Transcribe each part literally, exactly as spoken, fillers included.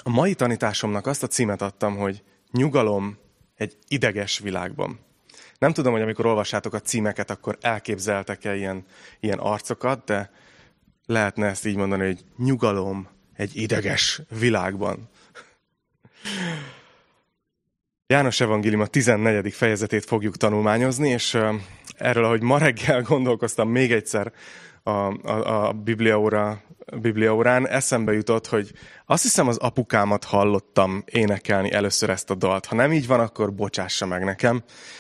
A mai tanításomnak azt a címet adtam, hogy nyugalom egy ideges világban. Nem tudom, hogy amikor olvassátok a címeket, akkor elképzeltek-e ilyen, ilyen arcokat, de lehetne ezt így mondani, hogy nyugalom egy ideges világban. János evangélium a tizennegyedik fejezetét fogjuk tanulmányozni, és erről, ahogy ma reggel gondolkoztam még egyszer a, a, a Bibliaóra, Bibliaórán, eszembe jutott, hogy azt hiszem az apukámat hallottam énekelni először ezt a dalt. Ha nem így van, akkor bocsássa meg nekem.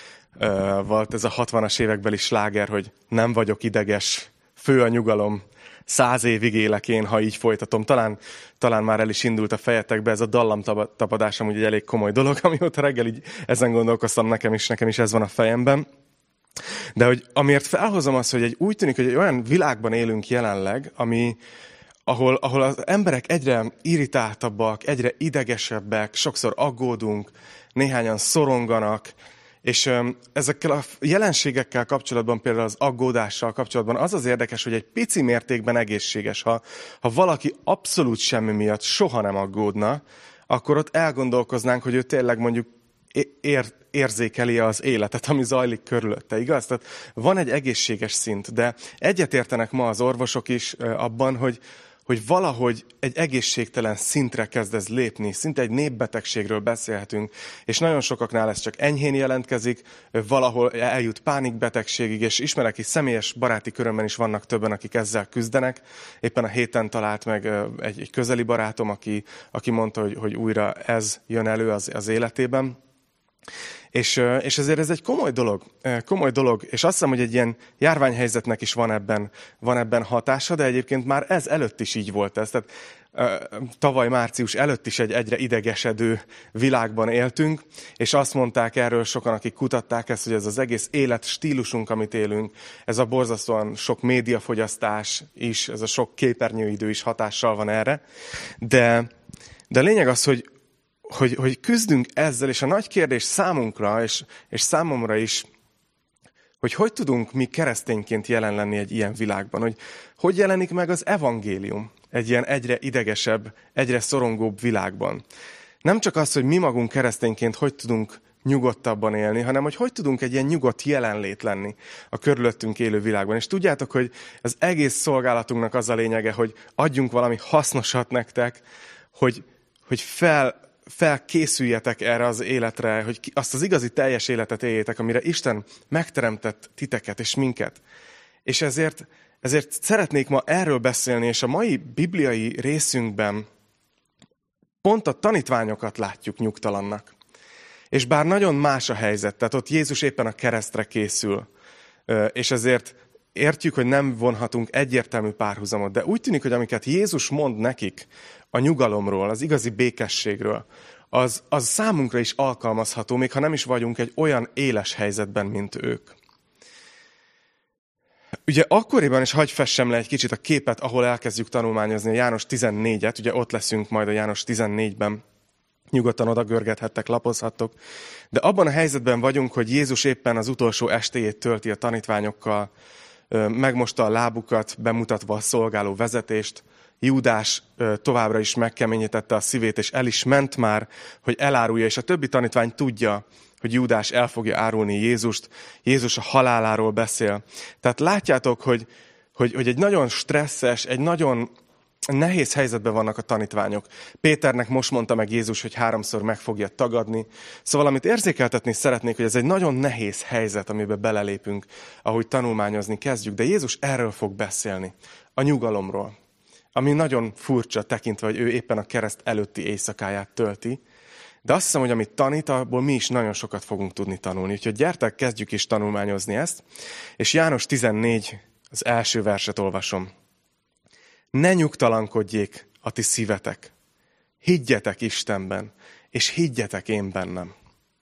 Volt ez a hatvanas évekbeli sláger, hogy nem vagyok ideges, fő a nyugalom, száz évig élek én, ha így folytatom. Talán, talán már el is indult a fejetekbe, ez a dallamtapadás amúgy egy elég komoly dolog, amióta reggel így ezen gondolkoztam, nekem is, nekem is ez van a fejemben. De hogy amiért felhozom azt, hogy egy, úgy tűnik, hogy egy olyan világban élünk jelenleg, ami, ahol, ahol az emberek egyre irritáltabbak, egyre idegesebbek, sokszor aggódunk, néhányan szoronganak, és ezekkel a jelenségekkel kapcsolatban, például az aggódással kapcsolatban az az érdekes, hogy egy pici mértékben egészséges. Ha, ha valaki abszolút semmi miatt soha nem aggódna, akkor ott elgondolkoznánk, hogy ő tényleg mondjuk ér, érzékeli az életet, ami zajlik körülötte, igaz? Tehát van egy egészséges szint, de egyetértenek ma az orvosok is abban, hogy hogy valahogy egy egészségtelen szintre kezd ez lépni, szinte egy népbetegségről beszélhetünk, és nagyon sokaknál ez csak enyhén jelentkezik, valahol eljut pánikbetegségig, és ismerek is személyes baráti körömben is vannak többen, akik ezzel küzdenek. Éppen a héten talált meg egy, egy közeli barátom, aki, aki mondta, hogy, hogy újra ez jön elő az, az életében. És, és ezért ez egy komoly dolog, komoly dolog, és azt hiszem, hogy egy ilyen járványhelyzetnek is van ebben, van ebben hatása, de egyébként már ez előtt is így volt ez. Tehát tavaly március előtt is egy egyre idegesedő világban éltünk, és azt mondták erről sokan, akik kutatták ezt, hogy ez az egész életstílusunk, amit élünk, ez a borzasztóan sok médiafogyasztás is, ez a sok képernyőidő is hatással van erre. De, de a lényeg az, hogy Hogy, hogy küzdünk ezzel, és a nagy kérdés számunkra, és, és számomra is, hogy hogy tudunk mi keresztényként jelen lenni egy ilyen világban, hogy hogy jelenik meg az evangélium egy ilyen egyre idegesebb, egyre szorongóbb világban. Nem csak az, hogy mi magunk keresztényként hogy tudunk nyugodtabban élni, hanem hogy hogy tudunk egy ilyen nyugodt jelenlét lenni a körülöttünk élő világban. És tudjátok, hogy az egész szolgálatunknak az a lényege, hogy adjunk valami hasznosat nektek, hogy, hogy fel... felkészüljetek erre az életre, hogy azt az igazi teljes életet éljétek, amire Isten megteremtett titeket és minket. És ezért, ezért szeretnék ma erről beszélni, és a mai bibliai részünkben pont a tanítványokat látjuk nyugtalannak. És bár nagyon más a helyzet, tehát ott Jézus éppen a keresztre készül, és ezért értjük, hogy nem vonhatunk egyértelmű párhuzamot, de úgy tűnik, hogy amiket Jézus mond nekik a nyugalomról, az igazi békességről, az, az számunkra is alkalmazható, még ha nem is vagyunk egy olyan éles helyzetben, mint ők. Ugye akkoriban is hagyj fessem le egy kicsit a képet, ahol elkezdjük tanulmányozni a János tizennégyet, ugye ott leszünk majd a János tizennégyben, nyugodtan oda görgethettek, lapozhattok, de abban a helyzetben vagyunk, hogy Jézus éppen az utolsó estéjét tölti a tanítványokkal, megmosta a lábukat, bemutatva a szolgáló vezetést. Júdás továbbra is megkeményítette a szívét, és el is ment már, hogy elárulja, és a többi tanítvány tudja, hogy Júdás el fogja árulni Jézust. Jézus a haláláról beszél. Tehát látjátok, hogy, hogy, hogy egy nagyon stresszes, egy nagyon nehéz helyzetben vannak a tanítványok. Péternek most mondta meg Jézus, hogy háromszor meg fogja tagadni. Szóval amit érzékeltetni szeretnék, hogy ez egy nagyon nehéz helyzet, amiben belelépünk, ahogy tanulmányozni kezdjük. De Jézus erről fog beszélni, a nyugalomról, ami nagyon furcsa tekintve, hogy ő éppen a kereszt előtti éjszakáját tölti. De azt hiszem, hogy amit tanít, abból mi is nagyon sokat fogunk tudni tanulni. Úgyhogy gyertek, kezdjük is tanulmányozni ezt. És János tizennégy, az első verset olvasom. Ne nyugtalankodjék a ti szívetek. Higgyetek Istenben, és higgyetek én bennem.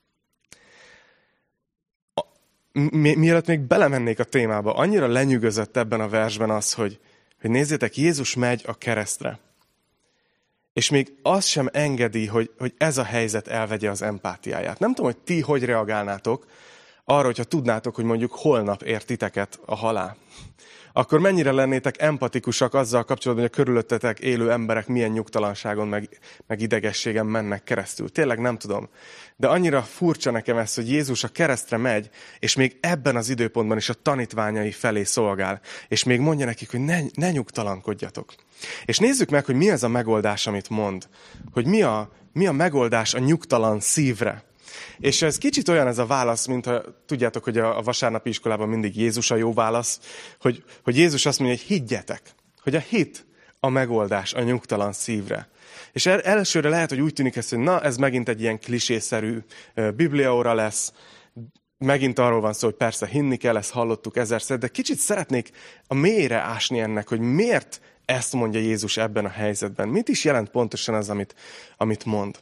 Mi, mielőtt még belemennék a témába, annyira lenyűgözött ebben a versben az, hogy, hogy nézzétek, Jézus megy a keresztre. És még az sem engedi, hogy, hogy ez a helyzet elvegye az empátiáját. Nem tudom, hogy ti hogy reagálnátok arra, hogyha tudnátok, hogy mondjuk holnap ért titeket a halál. akkor mennyire lennétek empatikusak azzal kapcsolatban, hogy a körülöttetek élő emberek milyen nyugtalanságon, meg, meg idegességen mennek keresztül. Tényleg nem tudom. De annyira furcsa nekem ez, hogy Jézus a keresztre megy, és még ebben az időpontban is a tanítványai felé szolgál. És még mondja nekik, hogy ne, ne nyugtalankodjatok. És nézzük meg, hogy mi ez a megoldás, amit mond. Hogy mi a, mi a megoldás a nyugtalan szívre. És ez kicsit olyan ez a válasz, mint ha tudjátok, hogy a vasárnapi iskolában mindig Jézus a jó válasz, hogy, hogy Jézus azt mondja, hogy higgyetek, hogy a hit a megoldás a nyugtalan szívre. És el, elsőre lehet, hogy úgy tűnik ez, hogy na, ez megint egy ilyen klisészerű bibliaóra lesz, megint arról van szó, hogy persze hinni kell, ezt hallottuk ezerszer, de kicsit szeretnék a mélyre ásni ennek, hogy miért ezt mondja Jézus ebben a helyzetben. Mit is jelent pontosan az, amit, amit mond?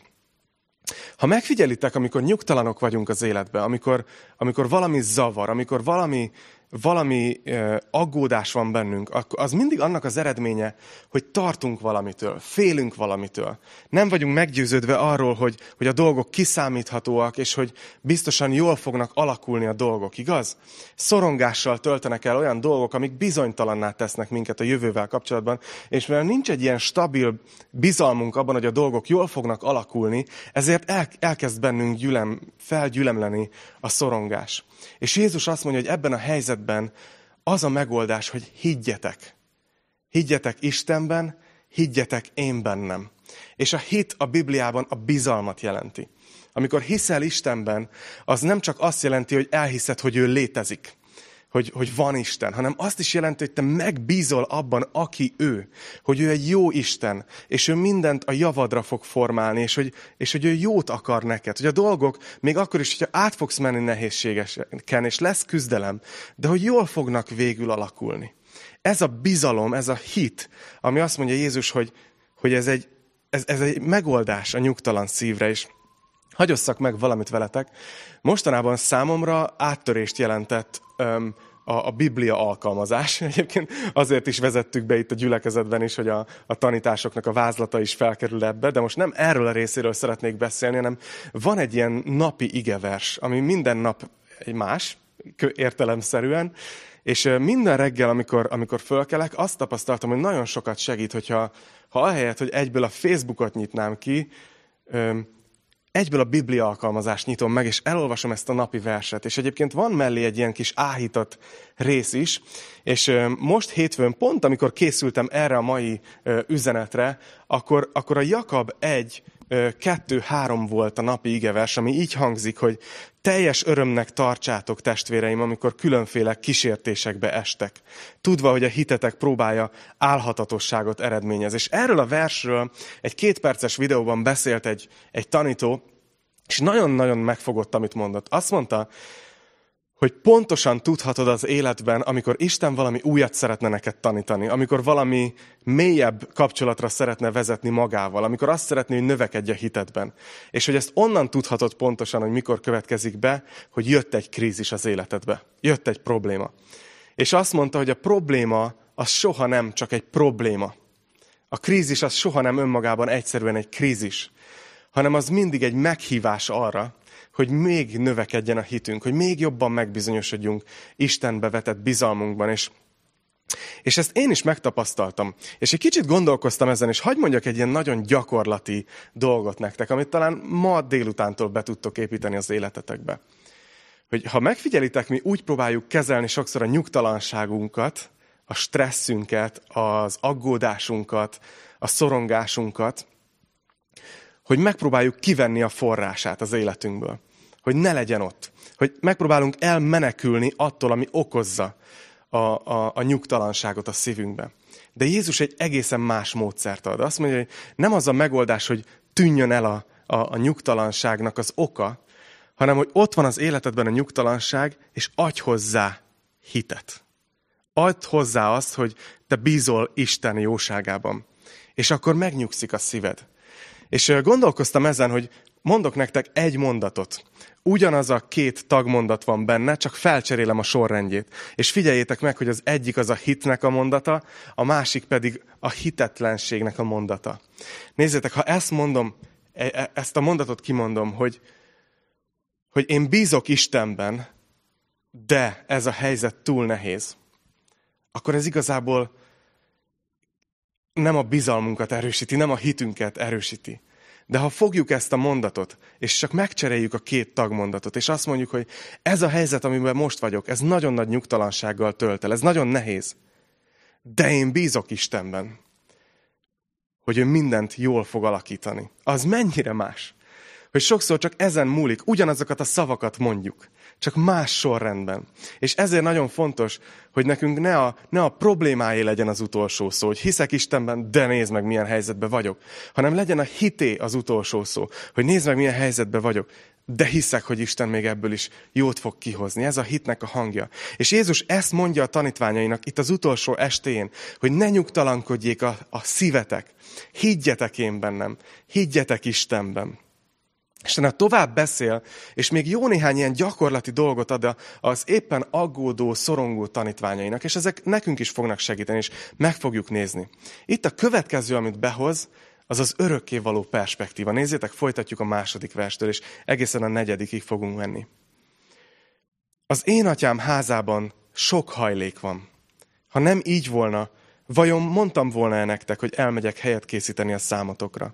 Ha megfigyelitek, amikor nyugtalanok vagyunk az életben, amikor, amikor valami zavar, amikor valami, valami eh, aggódás van bennünk, az mindig annak az eredménye, hogy tartunk valamitől, félünk valamitől. Nem vagyunk meggyőződve arról, hogy, hogy a dolgok kiszámíthatóak, és hogy biztosan jól fognak alakulni a dolgok, igaz? Szorongással töltenek el olyan dolgok, amik bizonytalanná tesznek minket a jövővel kapcsolatban, és mivel nincs egy ilyen stabil bizalmunk abban, hogy a dolgok jól fognak alakulni, ezért el, elkezd bennünk gyülem, felgyülemleni a szorongás. És Jézus azt mondja, hogy ebben a helyzetben az a megoldás, hogy higgyetek. Higgyetek Istenben, higgyetek én bennem. És a hit a Bibliában a bizalmat jelenti. Amikor hiszel Istenben, az nem csak azt jelenti, hogy elhiszed, hogy ő létezik, hogy, hogy van Isten, hanem azt is jelenti, hogy te megbízol abban, aki ő, hogy ő egy jó Isten, és ő mindent a javadra fog formálni, és hogy, és hogy ő jót akar neked, hogy a dolgok, még akkor is, hogyha át fogsz menni nehézségeken, és lesz küzdelem, de hogy jól fognak végül alakulni. Ez a bizalom, ez a hit, ami azt mondja Jézus, hogy, hogy ez, egy, ez, ez egy megoldás a nyugtalan szívre, és hagyosszak meg valamit veletek. Mostanában számomra áttörést jelentett öm, a, a Biblia alkalmazás. Egyébként azért is vezettük be itt a gyülekezetben is, hogy a, a tanításoknak a vázlata is felkerül ebbe, de most nem erről a részéről szeretnék beszélni, hanem van egy ilyen napi igevers, ami minden nap egy más, értelemszerűen, és minden reggel, amikor, amikor fölkelek, azt tapasztaltam, hogy nagyon sokat segít, hogyha ha ahelyett, hogy egyből a Facebookot nyitnám ki, öm, egyből a Biblia alkalmazást nyitom meg, és elolvasom ezt a napi verset. És egyébként van mellé egy ilyen kis áhított rész is, és most hétfőn pont, amikor készültem erre a mai üzenetre, akkor, akkor a Jakab egy, kettő, három volt a napi igevers, ami így hangzik, hogy teljes örömnek tartsátok, testvéreim, amikor különféle kísértésekbe estek, tudva, hogy a hitetek próbája álhatatosságot eredményez. És erről a versről egy kétperces videóban beszélt egy, egy tanító, és nagyon-nagyon megfogott, amit mondott. Azt mondta, hogy pontosan tudhatod az életben, amikor Isten valami újat szeretne neked tanítani, amikor valami mélyebb kapcsolatra szeretne vezetni magával, amikor azt szeretné, hogy növekedj a hitedben. És hogy ezt onnan tudhatod pontosan, hogy mikor következik be, hogy jött egy krízis az életedbe, jött egy probléma. És azt mondta, hogy a probléma az soha nem csak egy probléma. A krízis az soha nem önmagában egyszerűen egy krízis, hanem az mindig egy meghívás arra, hogy még növekedjen a hitünk, hogy még jobban megbizonyosodjunk Istenbe vetett bizalmunkban. És, és ezt én is megtapasztaltam. És egy kicsit gondolkoztam ezen, és hadd mondjak egy ilyen nagyon gyakorlati dolgot nektek, amit talán ma délutántól be tudtok építeni az életetekbe. Hogy ha megfigyelitek, mi úgy próbáljuk kezelni sokszor a nyugtalanságunkat, a stresszünket, az aggódásunkat, a szorongásunkat, hogy megpróbáljuk kivenni a forrását az életünkből. Hogy ne legyen ott. Hogy megpróbálunk elmenekülni attól, ami okozza a, a, a nyugtalanságot a szívünkbe. De Jézus egy egészen más módszert ad. Azt mondja, hogy nem az a megoldás, hogy tűnjön el a, a, a nyugtalanságnak az oka, hanem hogy ott van az életedben a nyugtalanság, és adj hozzá hitet. Add hozzá azt, hogy te bízol Isten jóságában. És akkor megnyugszik a szíved. És gondolkoztam ezen, hogy mondok nektek egy mondatot. Ugyanaz a két tagmondat van benne, csak felcserélem a sorrendjét. És figyeljétek meg, hogy az egyik az a hitnek a mondata, a másik pedig a hitetlenségnek a mondata. Nézzétek, ha ezt mondom, ezt a mondatot kimondom, hogy, hogy én bízok Istenben, de ez a helyzet túl nehéz, akkor ez igazából nem a bizalmunkat erősíti, nem a hitünket erősíti. De ha fogjuk ezt a mondatot, és csak megcseréljük a két tagmondatot, és azt mondjuk, hogy ez a helyzet, amiben most vagyok, ez nagyon nagy nyugtalansággal tölt el, ez nagyon nehéz. De én bízok Istenben, hogy ő mindent jól fog alakítani. Az mennyire más? Hogy sokszor csak ezen múlik, ugyanazokat a szavakat mondjuk, csak más sorrendben. És ezért nagyon fontos, hogy nekünk ne a, ne a problémáé legyen az utolsó szó, hogy hiszek Istenben, de nézd meg, milyen helyzetben vagyok. Hanem legyen a hité az utolsó szó, hogy nézd meg, milyen helyzetben vagyok, de hiszek, hogy Isten még ebből is jót fog kihozni. Ez a hitnek a hangja. És Jézus ezt mondja a tanítványainak itt az utolsó estéjén, hogy ne nyugtalankodjék a, a szívetek. Higgyetek én bennem, higgyetek Istenben. Isten tovább beszél, és még jó néhány ilyen gyakorlati dolgot ad az éppen aggódó, szorongó tanítványainak, és ezek nekünk is fognak segíteni, és meg fogjuk nézni. Itt a következő, amit behoz, az az örökkévaló perspektíva. Nézzétek, folytatjuk a második verstől, és egészen a negyedikig fogunk menni. Az én atyám házában sok hajlék van. Ha nem így volna, vajon mondtam volna-e nektek, hogy elmegyek helyet készíteni a számotokra?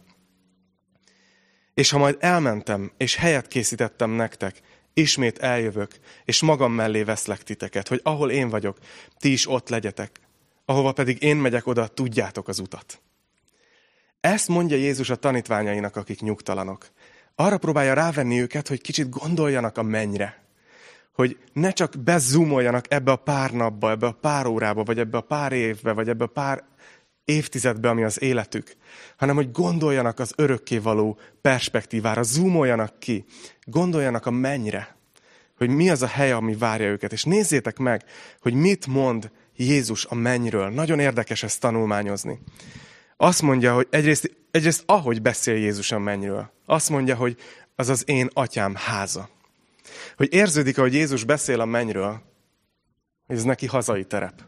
És ha majd elmentem, és helyet készítettem nektek, ismét eljövök, és magam mellé veszlek titeket, hogy ahol én vagyok, ti is ott legyetek. Ahova pedig én megyek, oda tudjátok az utat. Ezt mondja Jézus a tanítványainak, akik nyugtalanok. Arra próbálja rávenni őket, hogy kicsit gondoljanak a mennyre. Hogy ne csak bezoomoljanak ebbe a pár napba, ebbe a pár órába, vagy ebbe a pár évbe, vagy ebbe a pár évtizedbe, ami az életük, hanem hogy gondoljanak az örökkévaló perspektívára, zoomoljanak ki, gondoljanak a mennyre, hogy mi az a hely, ami várja őket. És nézzétek meg, hogy mit mond Jézus a mennyről. Nagyon érdekes ezt tanulmányozni. Azt mondja, hogy egyrészt, egyrészt ahogy beszél Jézus a mennyről, azt mondja, hogy az az én atyám háza. Hogy érződik, ahogy Jézus beszél a mennyről, hogy ez neki hazai terep.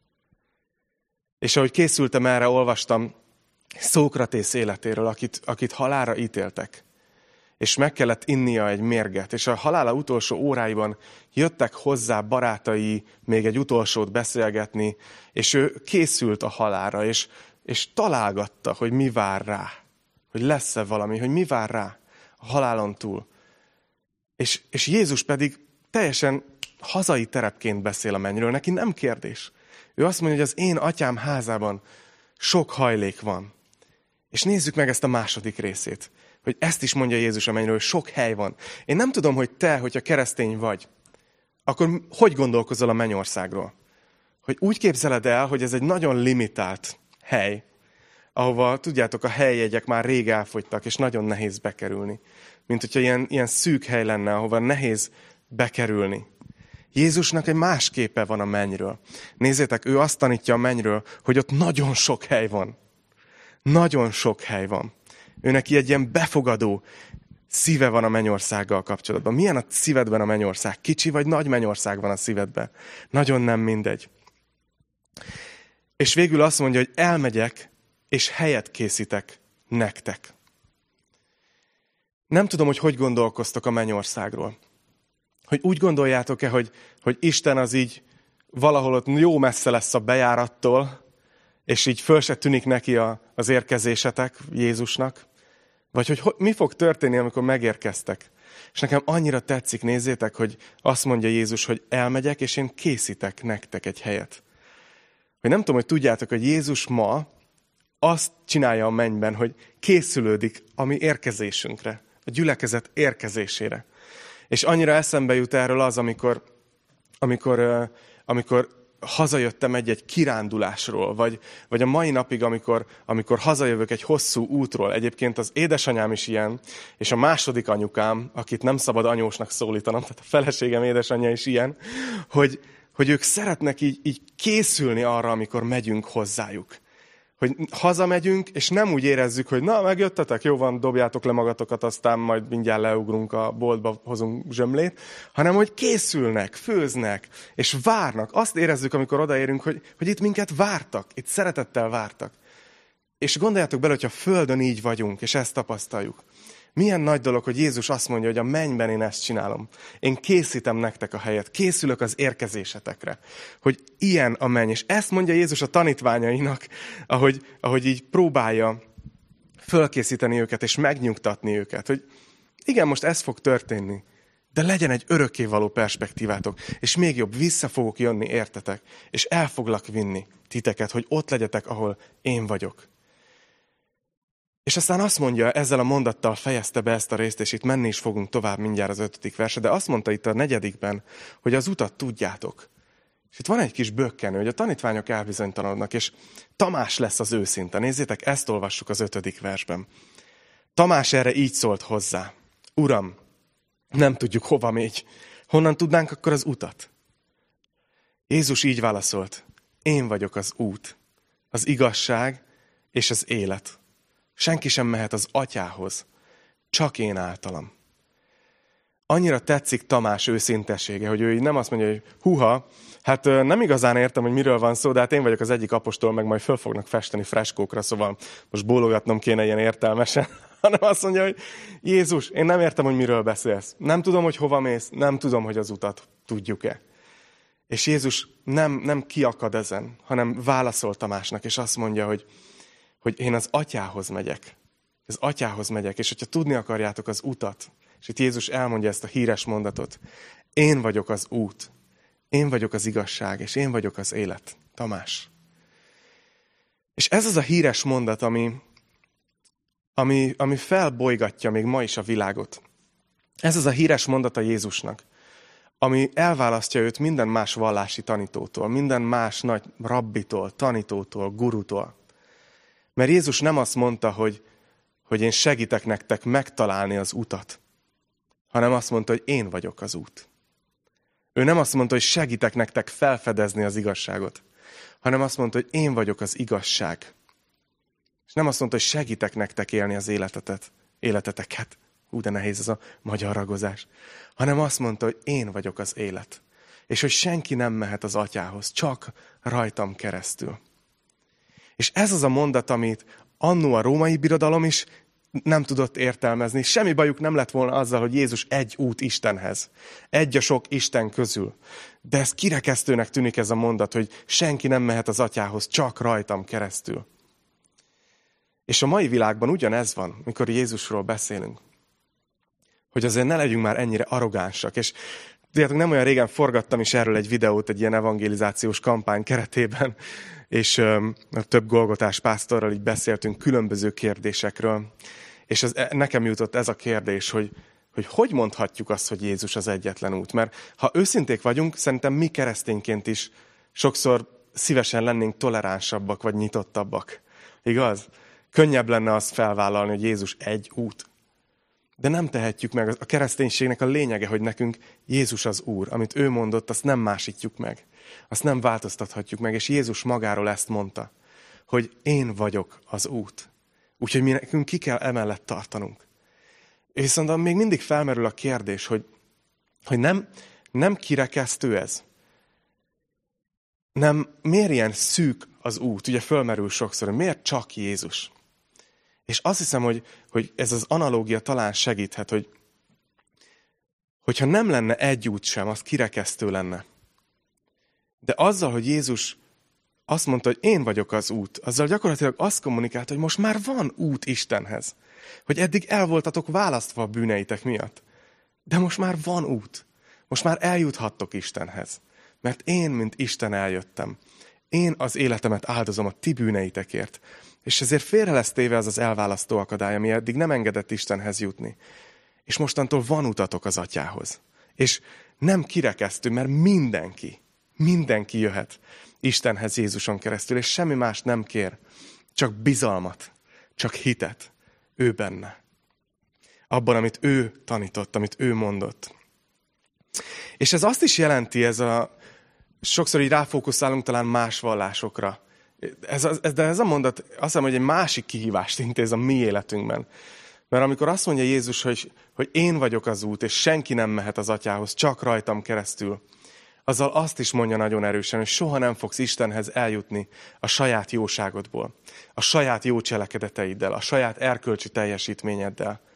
És ahogy készültem erre, olvastam Szókratész életéről, akit, akit halálra ítéltek. És meg kellett innia egy mérget. És a halála utolsó óráiban jöttek hozzá barátai még egy utolsót beszélgetni, és ő készült a halálra, és, és találgatta, hogy mi vár rá. Hogy lesz-e valami, hogy mi vár rá a halálon túl. És, és Jézus pedig teljesen hazai terepként beszél a mennyről. Neki nem kérdés. Ő azt mondja, hogy az én atyám házában sok hajlék van. És nézzük meg ezt a második részét. Hogy ezt is mondja Jézus a mennyről, hogy sok hely van. Én nem tudom, hogy te, hogyha keresztény vagy, akkor hogy gondolkozol a mennyországról? Hogy úgy képzeled el, hogy ez egy nagyon limitált hely, ahova, tudjátok, a helyjegyek már rég elfogytak, és nagyon nehéz bekerülni. Mint hogyha ilyen, ilyen szűk hely lenne, ahova nehéz bekerülni. Jézusnak egy más képe van a mennyről. Nézzétek, ő azt tanítja a mennyről, hogy ott nagyon sok hely van. Nagyon sok hely van. Ő neki egy ilyen befogadó szíve van a mennyországgal kapcsolatban. Milyen a szívedben a mennyország? Kicsi vagy nagy mennyország van a szívedben? Nagyon nem mindegy. És végül azt mondja, hogy elmegyek, és helyet készítek nektek. Nem tudom, hogy hogy gondolkoztok a mennyországról. Hogy úgy gondoljátok-e, hogy, hogy Isten az így valahol ott jó messze lesz a bejárattól, és így föl se tűnik neki a, az érkezésetek Jézusnak? Vagy hogy, hogy mi fog történni, amikor megérkeztek? És nekem annyira tetszik, nézzétek, hogy azt mondja Jézus, hogy elmegyek, és én készítek nektek egy helyet. Hogy nem tudom, hogy tudjátok, hogy Jézus ma azt csinálja a mennyben, hogy készülődik a mi érkezésünkre, a gyülekezet érkezésére. És annyira eszembe jut erről az, amikor, amikor, amikor hazajöttem egy-egy kirándulásról, vagy, vagy a mai napig, amikor, amikor hazajövök egy hosszú útról. Egyébként az édesanyám is ilyen, és a második anyukám, akit nem szabad anyósnak szólítanom, tehát a feleségem édesanyja is ilyen, hogy, hogy ők szeretnek így, így készülni arra, amikor megyünk hozzájuk. Hogy hazamegyünk, és nem úgy érezzük, hogy na, megjöttetek, jó van, dobjátok le magatokat, aztán majd mindjárt leugrunk a boltba, hozunk zsömlét, hanem hogy készülnek, főznek, és várnak. Azt érezzük, amikor odaérünk, hogy, hogy itt minket vártak, itt szeretettel vártak. És gondoljátok bele, hogyha földön így vagyunk, és ezt tapasztaljuk, Milyen nagy dolog, hogy Jézus azt mondja, hogy a mennyben én ezt csinálom. Én készítem nektek a helyet, készülök az érkezésetekre. Hogy ilyen a menny. És ezt mondja Jézus a tanítványainak, ahogy, ahogy így próbálja fölkészíteni őket, és megnyugtatni őket. Hogy igen, most ez fog történni, de legyen egy örökkévaló perspektívátok. És még jobb, vissza fogok jönni, értetek. És el foglak vinni titeket, hogy ott legyetek, ahol én vagyok. És aztán azt mondja, ezzel a mondattal fejezte be ezt a részt, és itt menni is fogunk tovább mindjárt az ötödik verse, de azt mondta itt a negyedikben, hogy az utat tudjátok. És itt van egy kis bökkenő, hogy a tanítványok elbizonytalanodnak, és Tamás lesz az őszinte. Nézzétek, ezt olvassuk az ötödik versben. Tamás erre így szólt hozzá. Uram, nem tudjuk, hova megy. Honnan tudnánk akkor az utat? Jézus így válaszolt. Én vagyok az út, az igazság és az élet. Senki sem mehet az atyához, csak én általam. Annyira tetszik Tamás őszintessége, hogy ő így nem azt mondja, hogy huha, hát nem igazán értem, hogy miről van szó, de hát én vagyok az egyik apostol, meg majd föl fognak festeni freskókra, szóval most bólogatnom kéne ilyen értelmesen, hanem azt mondja, hogy Jézus, én nem értem, hogy miről beszélsz. Nem tudom, hogy hova mész, nem tudom, hogy az utat tudjuk-e. És Jézus nem, nem kiakad ezen, hanem válaszol Tamásnak, és azt mondja, hogy hogy én az atyához megyek. Az atyához megyek, és hogyha tudni akarjátok az utat, és itt Jézus elmondja ezt a híres mondatot, én vagyok az út, én vagyok az igazság, és én vagyok az élet. Tamás. És ez az a híres mondat, ami, ami, ami felbolygatja még ma is a világot. Ez az a híres mondat a Jézusnak, ami elválasztja őt minden más vallási tanítótól, minden más nagy rabbitól, tanítótól, gurutól. Mert Jézus nem azt mondta, hogy, hogy én segítek nektek megtalálni az utat, hanem azt mondta, hogy én vagyok az út. Ő nem azt mondta, hogy segítek nektek felfedezni az igazságot, hanem azt mondta, hogy én vagyok az igazság. És nem azt mondta, hogy segítek nektek élni az életetet, életeteket. Hú, de nehéz ez a magyar ragozás. Hanem azt mondta, hogy én vagyok az élet. És hogy senki nem mehet az atyához, csak rajtam keresztül. És ez az a mondat, amit annó a római birodalom is nem tudott értelmezni. Semmi bajuk nem lett volna azzal, hogy Jézus egy út Istenhez. Egy a sok Isten közül. De ez kirekesztőnek tűnik ez a mondat, hogy senki nem mehet az atyához, csak rajtam keresztül. És a mai világban ugyanez van, mikor Jézusról beszélünk. Hogy azért ne legyünk már ennyire arrogánsak. És tudjátok, nem olyan régen forgattam is erről egy videót egy ilyen evangelizációs kampány keretében, és um, több golgotás pásztorral így beszéltünk különböző kérdésekről. És ez, nekem jutott ez a kérdés, hogy, hogy hogy mondhatjuk azt, hogy Jézus az egyetlen út. Mert ha őszinték vagyunk, szerintem mi keresztényként is sokszor szívesen lennénk toleránsabbak, vagy nyitottabbak. Igaz? Könnyebb lenne azt felvállalni, hogy Jézus egy út. De nem tehetjük meg. A kereszténységnek a lényege, hogy nekünk Jézus az Úr. Amit ő mondott, azt nem másítjuk meg. Azt nem változtathatjuk meg. És Jézus magáról ezt mondta, hogy én vagyok az út. Úgyhogy mi nekünk ki kell emellett tartanunk. És viszont még mindig felmerül a kérdés, hogy, hogy nem, nem kirekesztő ez. Nem, miért ilyen szűk az út? Ugye fölmerül sokszor, hogy miért csak Jézus? És azt hiszem, hogy, hogy ez az analógia talán segíthet, hogy hogyha nem lenne egy út sem, az kirekesztő lenne. De azzal, hogy Jézus azt mondta, hogy én vagyok az út, azzal gyakorlatilag azt kommunikált, hogy most már van út Istenhez. Hogy eddig el voltatok választva a bűneitek miatt. De most már van út. Most már eljuthattok Istenhez. Mert én, mint Isten eljöttem. Én az életemet áldozom a ti bűneitekért. És ezért félre lesz téve az az elválasztó akadály, ami eddig nem engedett Istenhez jutni. És mostantól van utatok az atyához. És nem kirekesztő, mert mindenki, mindenki jöhet Istenhez Jézuson keresztül, és semmi más nem kér, csak bizalmat, csak hitet ő benne. Abban, amit ő tanított, amit ő mondott. És ez azt is jelenti, ez a, sokszor így ráfókuszálunk talán más vallásokra. Ez, ez, de ez a mondat azt hiszem, hogy egy másik kihívást intéz a mi életünkben. Mert amikor azt mondja Jézus, hogy, hogy én vagyok az út, és senki nem mehet az atyához, csak rajtam keresztül, azzal azt is mondja nagyon erősen, hogy soha nem fogsz Istenhez eljutni a saját jóságodból, a saját jó cselekedeteiddel, a saját erkölcsi teljesítményeddel,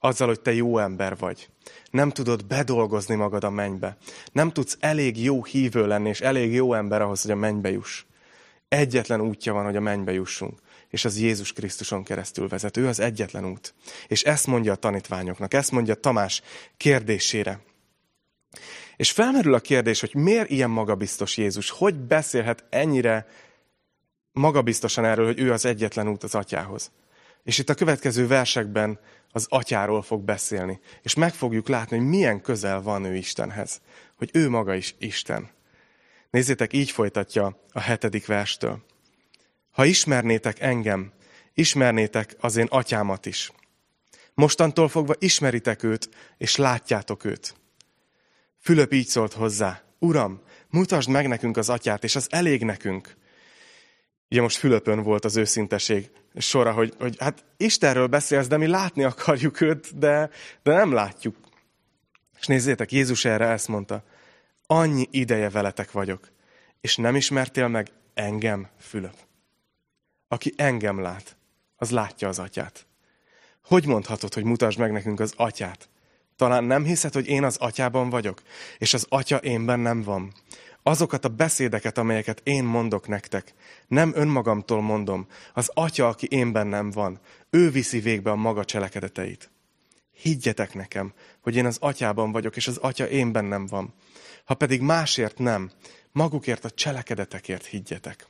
azzal, hogy te jó ember vagy. Nem tudod bedolgozni magad a mennybe. Nem tudsz elég jó hívő lenni, és elég jó ember ahhoz, hogy a mennybe juss. Egyetlen útja van, hogy a mennybe jussunk, és az Jézus Krisztuson keresztül vezet. Ő az egyetlen út. És ezt mondja a tanítványoknak, ezt mondja Tamás kérdésére. És felmerül a kérdés, hogy miért ilyen magabiztos Jézus? Hogy beszélhet ennyire magabiztosan erről, hogy ő az egyetlen út az atyához? És itt a következő versekben az atyáról fog beszélni. És meg fogjuk látni, hogy milyen közel van ő Istenhez. Hogy ő maga is Isten. Nézzétek, így folytatja a hetedik verstől. Ha ismernétek engem, ismernétek az én atyámat is. Mostantól fogva ismeritek őt, és látjátok őt. Fülöp így szólt hozzá, Uram, mutasd meg nekünk az atyát, és az elég nekünk. Ugye most Fülöpön volt az őszinteség sora, hogy, hogy hát Istenről beszélsz, de mi látni akarjuk őt, de, de nem látjuk. És nézzétek, Jézus erre ezt mondta, annyi ideje veletek vagyok, és nem ismertél meg engem, Fülöp. Aki engem lát, az látja az atyát. Hogy mondhatod, hogy mutasd meg nekünk az atyát? Talán nem hiszed, hogy én az atyában vagyok, és az atya én bennem van. Azokat a beszédeket, amelyeket én mondok nektek, nem önmagamtól mondom. Az atya, aki én bennem van, ő viszi végbe a maga cselekedeteit. Higgyetek nekem, hogy én az atyában vagyok, és az atya én bennem van. Ha pedig másért nem, magukért a cselekedetekért higgyetek.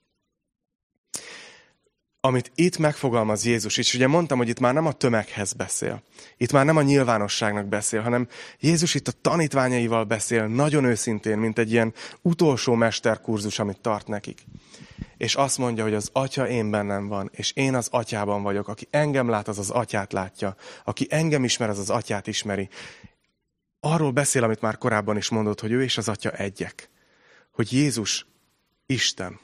Amit itt megfogalmaz Jézus, és ugye mondtam, hogy itt már nem a tömeghez beszél. Itt már nem a nyilvánosságnak beszél, hanem Jézus itt a tanítványaival beszél, nagyon őszintén, mint egy ilyen utolsó mesterkurzus, amit tart nekik. És azt mondja, hogy az atya én bennem van, és én az atyában vagyok. Aki engem lát, az az atyát látja. Aki engem ismer, az az atyát ismeri. Arról beszél, amit már korábban is mondott, hogy ő és az atya egyek. Hogy Jézus Isten.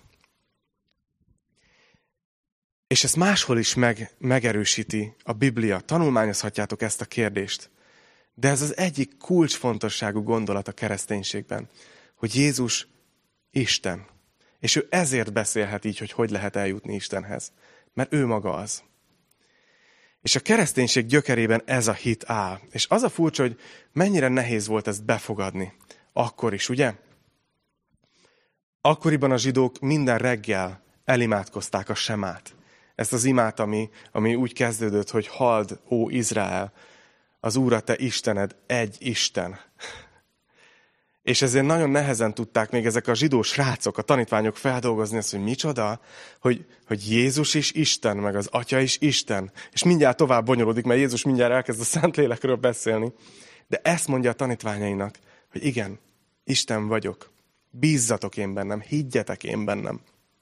És ezt máshol is meg, megerősíti a Biblia. Tanulmányozhatjátok ezt a kérdést. De ez az egyik kulcsfontosságú gondolat a kereszténységben, hogy Jézus Isten. És ő ezért beszélhet így, hogy hogy lehet eljutni Istenhez. Mert ő maga az. És a kereszténység gyökerében ez a hit áll. És az a furcsa, hogy mennyire nehéz volt ezt befogadni. Akkor is, ugye? Akkoriban a zsidók minden reggel elimádkozták a semát. Ezt az imát, ami, ami úgy kezdődött, hogy halld, ó Izrael, az Úr a te Istened, egy Isten. És ezért nagyon nehezen tudták még ezek a zsidó srácok, a tanítványok feldolgozni azt, hogy micsoda, hogy, hogy Jézus is Isten, meg az Atya is Isten. És mindjárt tovább bonyolódik, mert Jézus mindjárt elkezd a Szentlélekről beszélni. De ezt mondja a tanítványainak, hogy igen, Isten vagyok. Bízzatok én bennem, higgyetek én bennem.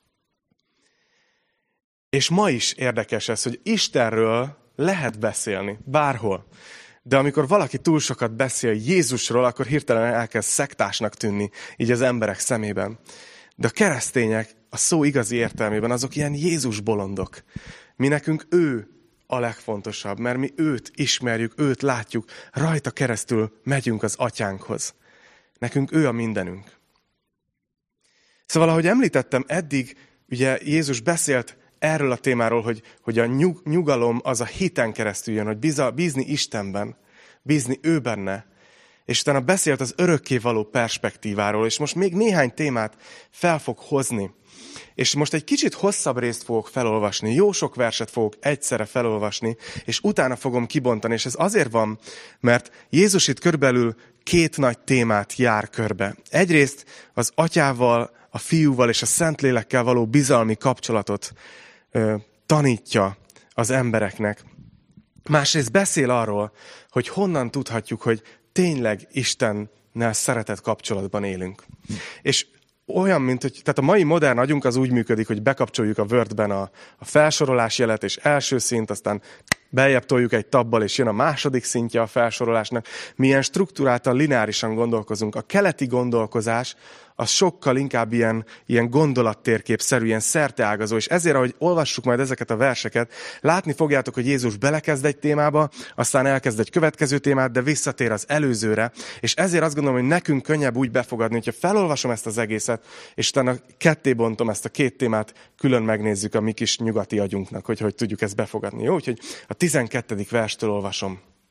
És ma is érdekes ez, hogy Istenről lehet beszélni, bárhol. De amikor valaki túl sokat beszél Jézusról, akkor hirtelen elkezd szektásnak tűnni, így az emberek szemében. De a keresztények a szó igazi értelmében azok ilyen Jézus bolondok. Mi nekünk ő a legfontosabb, mert mi őt ismerjük, őt látjuk, rajta keresztül megyünk az atyánkhoz. Nekünk ő a mindenünk. Szóval, ahogy említettem, eddig ugye Jézus beszélt erről a témáról, hogy, hogy a nyug, nyugalom az a hiten keresztül jön, hogy biza, bízni Istenben, bízni ő benne. És utána beszélt az örökkévaló perspektíváról, és most még néhány témát fel fog hozni. És most egy kicsit hosszabb részt fogok felolvasni, jó sok verset fogok egyszerre felolvasni, és utána fogom kibontani, és ez azért van, mert Jézus itt körülbelül két nagy témát jár körbe. Egyrészt az atyával, a fiúval és a Szentlélekkel való bizalmi kapcsolatot ö, tanítja az embereknek. Másrészt beszél arról, hogy honnan tudhatjuk, hogy tényleg Istennel szeretett kapcsolatban élünk. És olyan, mint hogy, tehát a mai modern agyunk az úgy működik, hogy bekapcsoljuk a Wordben a, a felsorolás jelet, és első szint, aztán beljebb toljuk egy tabbal, és jön a második szintje a felsorolásnak. Milyen strukturáltan, lineárisan gondolkozunk. A keleti gondolkozás az sokkal inkább ilyen, ilyen gondolattérképszerű, ilyen szerteágazó, és ezért, ahogy olvassuk majd ezeket a verseket, látni fogjátok, hogy Jézus belekezd egy témába, aztán elkezd egy következő témát, de visszatér az előzőre, és ezért azt gondolom, hogy nekünk könnyebb úgy befogadni, hogyha felolvasom ezt az egészet, és utána ketté bontom ezt a két témát, külön megnézzük a mi kis nyugati agyunknak, hogy hogy tudjuk ezt befogadni. Jó? Úgyhogy a tizenkettedik verstől olvasom.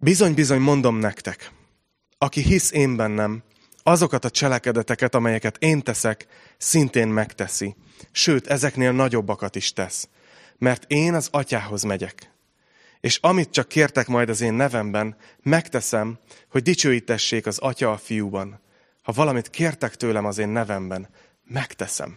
Bizony-bizony mondom nektek, aki hisz én bennem, azokat a cselekedeteket, amelyeket én teszek, szintén megteszi. Sőt, ezeknél nagyobbakat is tesz. Mert én az atyához megyek. És amit csak kértek majd az én nevemben, megteszem, hogy dicsőítessék az atya a fiúban. Ha valamit kértek tőlem az én nevemben, megteszem.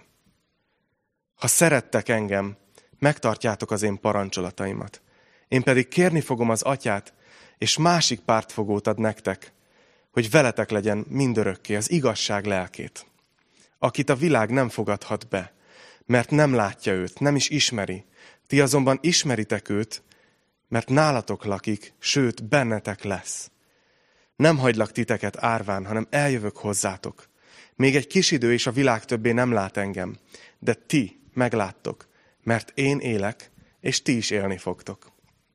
Ha szerettek engem, megtartjátok az én parancsolataimat. Én pedig kérni fogom az atyát, és másik pártfogót ad nektek, hogy veletek legyen mindörökké az igazság lelkét, akit a világ nem fogadhat be, mert nem látja őt, nem is ismeri. Ti azonban ismeritek őt, mert nálatok lakik, sőt, bennetek lesz. Nem hagylak titeket árván, hanem eljövök hozzátok. Még egy kis idő, és a világ többé nem lát engem, de ti megláttok, mert én élek, és ti is élni fogtok.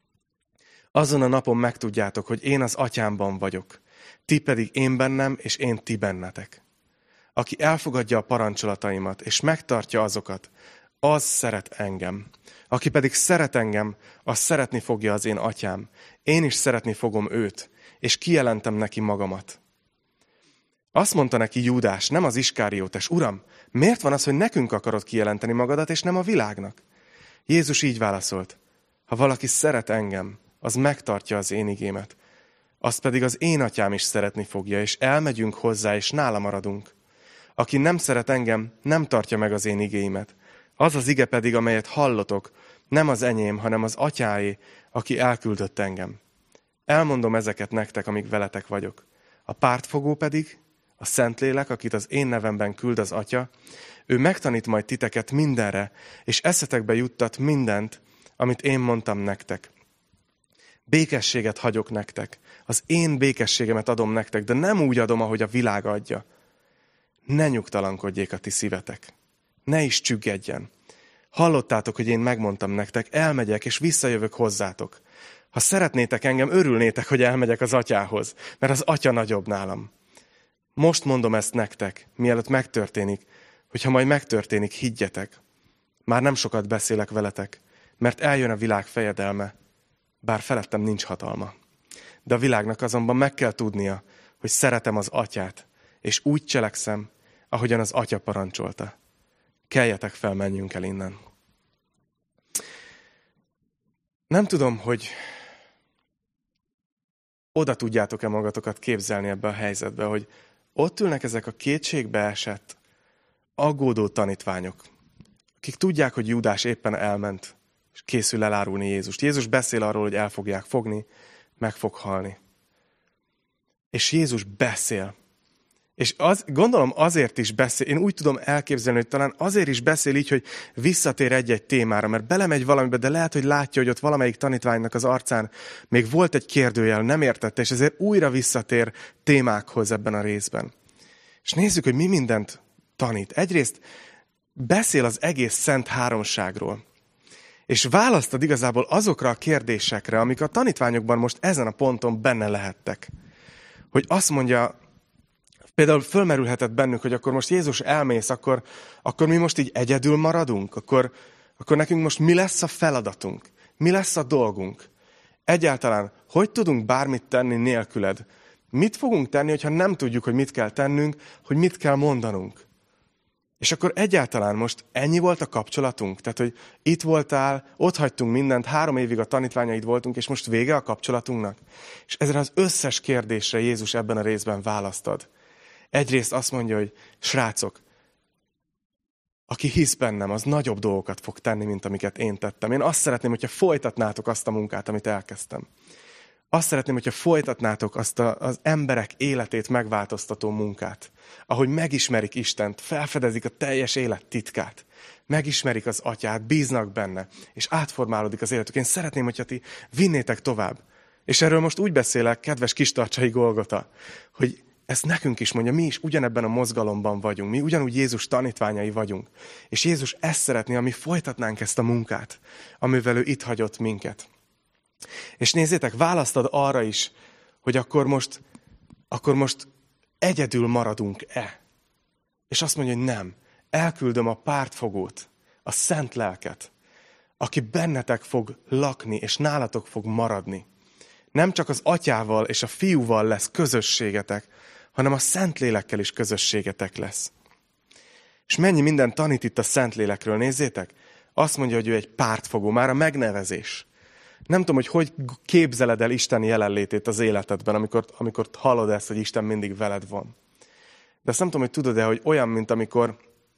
Azon a napon megtudjátok, hogy én az atyámban vagyok, ti pedig én bennem, és én ti bennetek. Aki elfogadja a parancsolataimat, és megtartja azokat, az szeret engem. Aki pedig szeret engem, az szeretni fogja az én atyám. Én is szeretni fogom őt, és kijelentem neki magamat. Azt mondta neki Júdás, nem az Iskáriótes, Uram, miért van az, hogy nekünk akarod kijelenteni magadat, és nem a világnak? Jézus így válaszolt, ha valaki szeret engem, az megtartja az én igémet. Azt pedig az én atyám is szeretni fogja, és elmegyünk hozzá, és nála maradunk. Aki nem szeret engem, nem tartja meg az én igéimet. Az az ige pedig, amelyet hallotok, nem az enyém, hanem az atyáé, aki elküldött engem. Elmondom ezeket nektek, amíg veletek vagyok. A pártfogó pedig, a Szentlélek, akit az én nevemben küld az Atya, ő megtanít majd titeket mindenre, és eszetekbe juttat mindent, amit én mondtam nektek. Békességet hagyok nektek. Az én békességemet adom nektek, de nem úgy adom, ahogy a világ adja. Ne nyugtalankodjék a ti szívetek. Ne is csüggedjen. Hallottátok, hogy én megmondtam nektek, elmegyek és visszajövök hozzátok. Ha szeretnétek engem, örülnétek, hogy elmegyek az atyához, mert az atya nagyobb nálam. Most mondom ezt nektek, mielőtt megtörténik, hogy ha majd megtörténik, higgyetek. Már nem sokat beszélek veletek, mert eljön a világ fejedelme, bár felettem nincs hatalma. De a világnak azonban meg kell tudnia, hogy szeretem az atyát, és úgy cselekszem, ahogyan az atya parancsolta. Keljetek fel, menjünk el innen. Nem tudom, hogy oda tudjátok-e magatokat képzelni ebbe a helyzetbe, hogy ott ülnek ezek a kétségbe esett, aggódó tanítványok, akik tudják, hogy Júdás éppen elment, és készül elárulni Jézust. Jézus beszél arról, hogy el fogják fogni, meg fog halni. És Jézus beszél. És az, gondolom azért is beszél, én úgy tudom elképzelni, hogy talán azért is beszél így, hogy visszatér egy-egy témára, mert belemegy valamibe, de lehet, hogy látja, hogy ott valamelyik tanítványnak az arcán még volt egy kérdőjel, nem értette, és ezért újra visszatér témákhoz ebben a részben. És nézzük, hogy mi mindent tanít. Egyrészt beszél az egész szent háromságról, és választad igazából azokra a kérdésekre, amik a tanítványokban most ezen a ponton benne lehettek. Hogy azt mondja, például fölmerülhetett bennük, hogy akkor most Jézus elmész, akkor, akkor mi most így egyedül maradunk? Akkor, akkor nekünk most mi lesz a feladatunk? Mi lesz a dolgunk? Egyáltalán, hogy tudunk bármit tenni nélküled? Mit fogunk tenni, hogyha nem tudjuk, hogy mit kell tennünk, hogy mit kell mondanunk? És akkor egyáltalán most ennyi volt a kapcsolatunk? Tehát, hogy itt voltál, ott hagytunk mindent, három évig a tanítványaid voltunk, és most vége a kapcsolatunknak? És ezre az összes kérdésre Jézus ebben a részben választad. Egyrészt azt mondja, hogy srácok, aki hisz bennem, az nagyobb dolgokat fog tenni, mint amiket én tettem. Én azt szeretném, hogyha folytatnátok azt a munkát, amit elkezdtem. Azt szeretném, hogyha folytatnátok azt a, az emberek életét megváltoztató munkát, ahogy megismerik Istent, felfedezik a teljes élet titkát, megismerik az atyát, bíznak benne, és átformálódik az életük. Én szeretném, hogyha ti vinnétek tovább. És erről most úgy beszélek, kedves Kistarcsai Golgota, hogy ezt nekünk is mondja, mi is ugyanebben a mozgalomban vagyunk, mi ugyanúgy Jézus tanítványai vagyunk. És Jézus ezt szeretné, ami folytatnánk ezt a munkát, amivel ő itt hagyott minket. És nézzétek, választad arra is, hogy akkor most, akkor most egyedül maradunk-e? És azt mondja, hogy nem. Elküldöm a pártfogót, a szent lelket, aki bennetek fog lakni, és nálatok fog maradni. Nem csak az atyával és a fiúval lesz közösségetek, hanem a Szentlélekkel is közösségetek lesz. És mennyi minden tanít itt a Szentlélekről, nézzétek? Azt mondja, hogy ő egy pártfogó, már a megnevezés. Nem tudom, hogy hogy képzeled el Isten jelenlétét az életedben, amikor, amikor hallod ezt, hogy Isten mindig veled van. De azt nem tudom, hogy tudod-e, hogy olyan, mint amikor,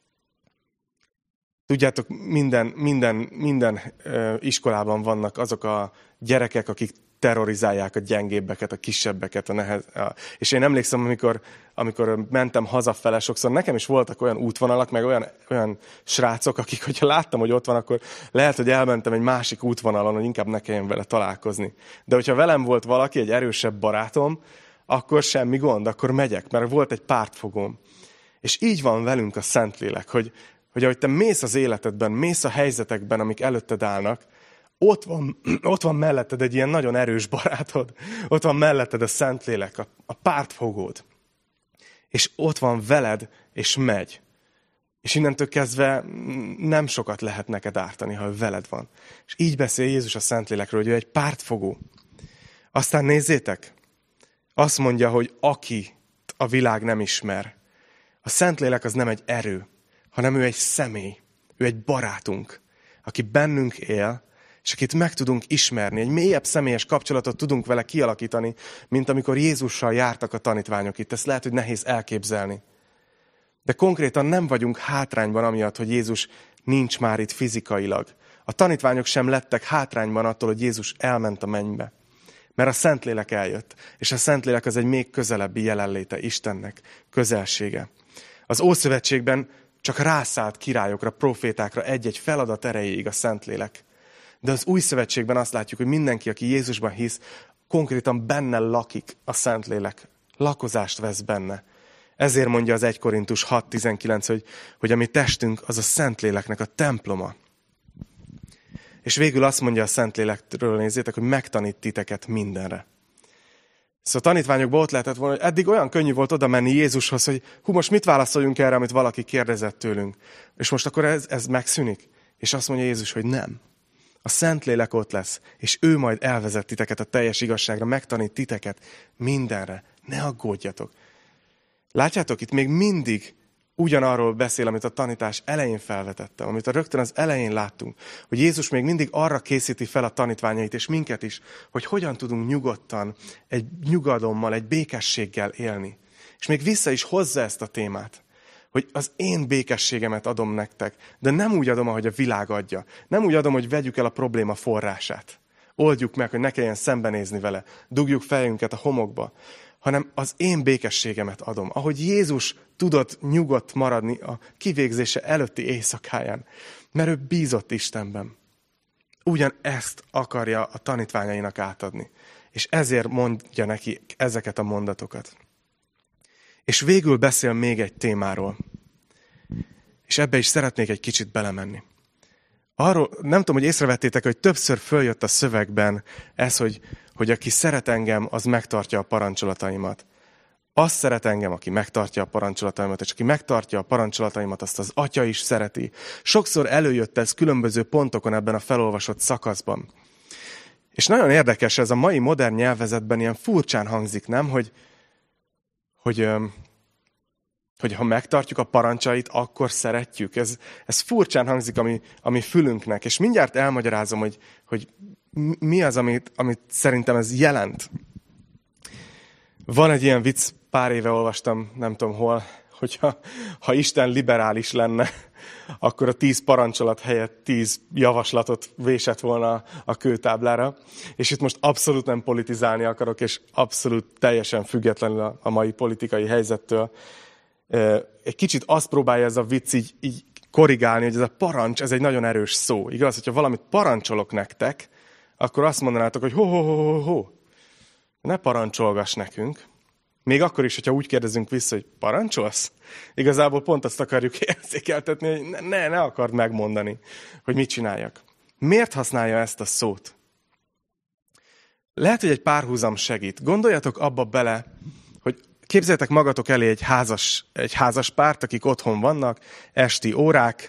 tudjátok, minden, minden, minden ö, iskolában vannak azok a gyerekek, akik terrorizálják a gyengébbeket, a kisebbeket. A nehez, a, és én emlékszem, amikor, amikor mentem hazafele, sokszor nekem is voltak olyan útvonalak, meg olyan, olyan srácok, akik, hogyha láttam, hogy ott van, akkor lehet, hogy elmentem egy másik útvonalon, hogy inkább ne kelljen vele találkozni. De hogyha velem volt valaki, egy erősebb barátom, akkor semmi gond, akkor megyek, mert volt egy pártfogóm. És így van velünk a Szentlélek, hogy, hogy ahogy te mész az életedben, mész a helyzetekben, amik előtted állnak, Ott van, ott van melletted egy ilyen nagyon erős barátod, ott van melletted a Szentlélek, a, a pártfogód. És ott van veled, és megy. És innentől kezdve nem sokat lehet neked ártani, ha veled van. És így beszél Jézus a Szentlélekről, hogy ő egy pártfogó. Aztán nézzétek, azt mondja, hogy aki a világ nem ismer. A Szentlélek az nem egy erő, hanem ő egy személy, ő egy barátunk, aki bennünk él, és akit meg tudunk ismerni, egy mélyebb személyes kapcsolatot tudunk vele kialakítani, mint amikor Jézussal jártak a tanítványok itt. Ezt lehet, hogy nehéz elképzelni. De konkrétan nem vagyunk hátrányban amiatt, hogy Jézus nincs már itt fizikailag. A tanítványok sem lettek hátrányban attól, hogy Jézus elment a mennybe. Mert a Szentlélek eljött, és a Szentlélek az egy még közelebbi jelenléte Istennek, közelsége. Az Ószövetségben csak rászállt királyokra, profétákra egy-egy feladat erejéig a Szentlélek. De az Új Szövetségben azt látjuk, hogy mindenki, aki Jézusban hisz, konkrétan benne lakik a Szentlélek. Lakozást vesz benne. Ezért mondja az egy Korintus hat tizenkilenc, hogy, hogy a mi testünk az a Szentléleknek a temploma. És végül azt mondja a Szentlélekről, nézzétek, hogy megtanít titeket mindenre. Szóval a tanítványokban ott lehetett volna, hogy eddig olyan könnyű volt oda menni Jézushoz, hogy hú, most mit válaszoljunk erre, amit valaki kérdezett tőlünk. És most akkor ez, ez megszűnik. És azt mondja Jézus, hogy nem. A Szentlélek ott lesz, és ő majd elvezet titeket a teljes igazságra, megtanít titeket mindenre. Ne aggódjatok. Látjátok, itt még mindig ugyanarról beszél, amit a tanítás elején felvetettem, amit a rögtön az elején láttunk, hogy Jézus még mindig arra készíti fel a tanítványait, és minket is, hogy hogyan tudunk nyugodtan, egy nyugalommal, egy békességgel élni. És még vissza is hozza ezt a témát, hogy az én békességemet adom nektek, de nem úgy adom, ahogy a világ adja. Nem úgy adom, hogy vegyük el a probléma forrását. Oldjuk meg, hogy ne kelljen szembenézni vele. Dugjuk fejünket a homokba. Hanem az én békességemet adom. Ahogy Jézus tudott nyugodt maradni a kivégzése előtti éjszakáján. Mert ő bízott Istenben. Ugyan ezt akarja a tanítványainak átadni. És ezért mondja neki ezeket a mondatokat. És végül beszél még egy témáról. És ebbe is szeretnék egy kicsit belemenni. Arról, nem tudom, hogy észrevettétek, hogy többször följött a szövegben ez, hogy, hogy aki szeret engem, az megtartja a parancsolataimat. Azt szeret engem, aki megtartja a parancsolataimat, és aki megtartja a parancsolataimat, azt az Atya is szereti. Sokszor előjött ez különböző pontokon ebben a felolvasott szakaszban. És nagyon érdekes, ez a mai modern nyelvezetben ilyen furcsán hangzik, nem? Hogy, hogy, hogy ha megtartjuk a parancsait, akkor szeretjük. Ez, ez furcsán hangzik a mi, a mi fülünknek, és mindjárt elmagyarázom, hogy, hogy mi az, amit, amit szerintem ez jelent. Van egy ilyen vicc, pár éve olvastam, nem tudom hol, hogyha ha Isten liberális lenne, akkor a tíz parancsolat helyett tíz javaslatot vésett volna a kőtáblára. És itt most abszolút nem politizálni akarok, és abszolút teljesen függetlenül a mai politikai helyzettől. Egy kicsit azt próbálja ez a vicc így, így korrigálni, hogy ez a parancs, ez egy nagyon erős szó. Igaz, hogyha valamit parancsolok nektek, akkor azt mondanátok, hogy ho, ho, ho, ho, ho. Ne parancsolgass nekünk. Még akkor is, hogyha úgy kérdezünk vissza, hogy parancsolsz? Igazából pont azt akarjuk érzékeltetni, hogy ne, ne, ne akard megmondani, hogy mit csináljak. Miért használja ezt a szót? Lehet, hogy egy párhuzam segít. Gondoljatok abba bele, hogy képzeljétek magatok elé egy házas, egy házas párt, akik otthon vannak, esti órák,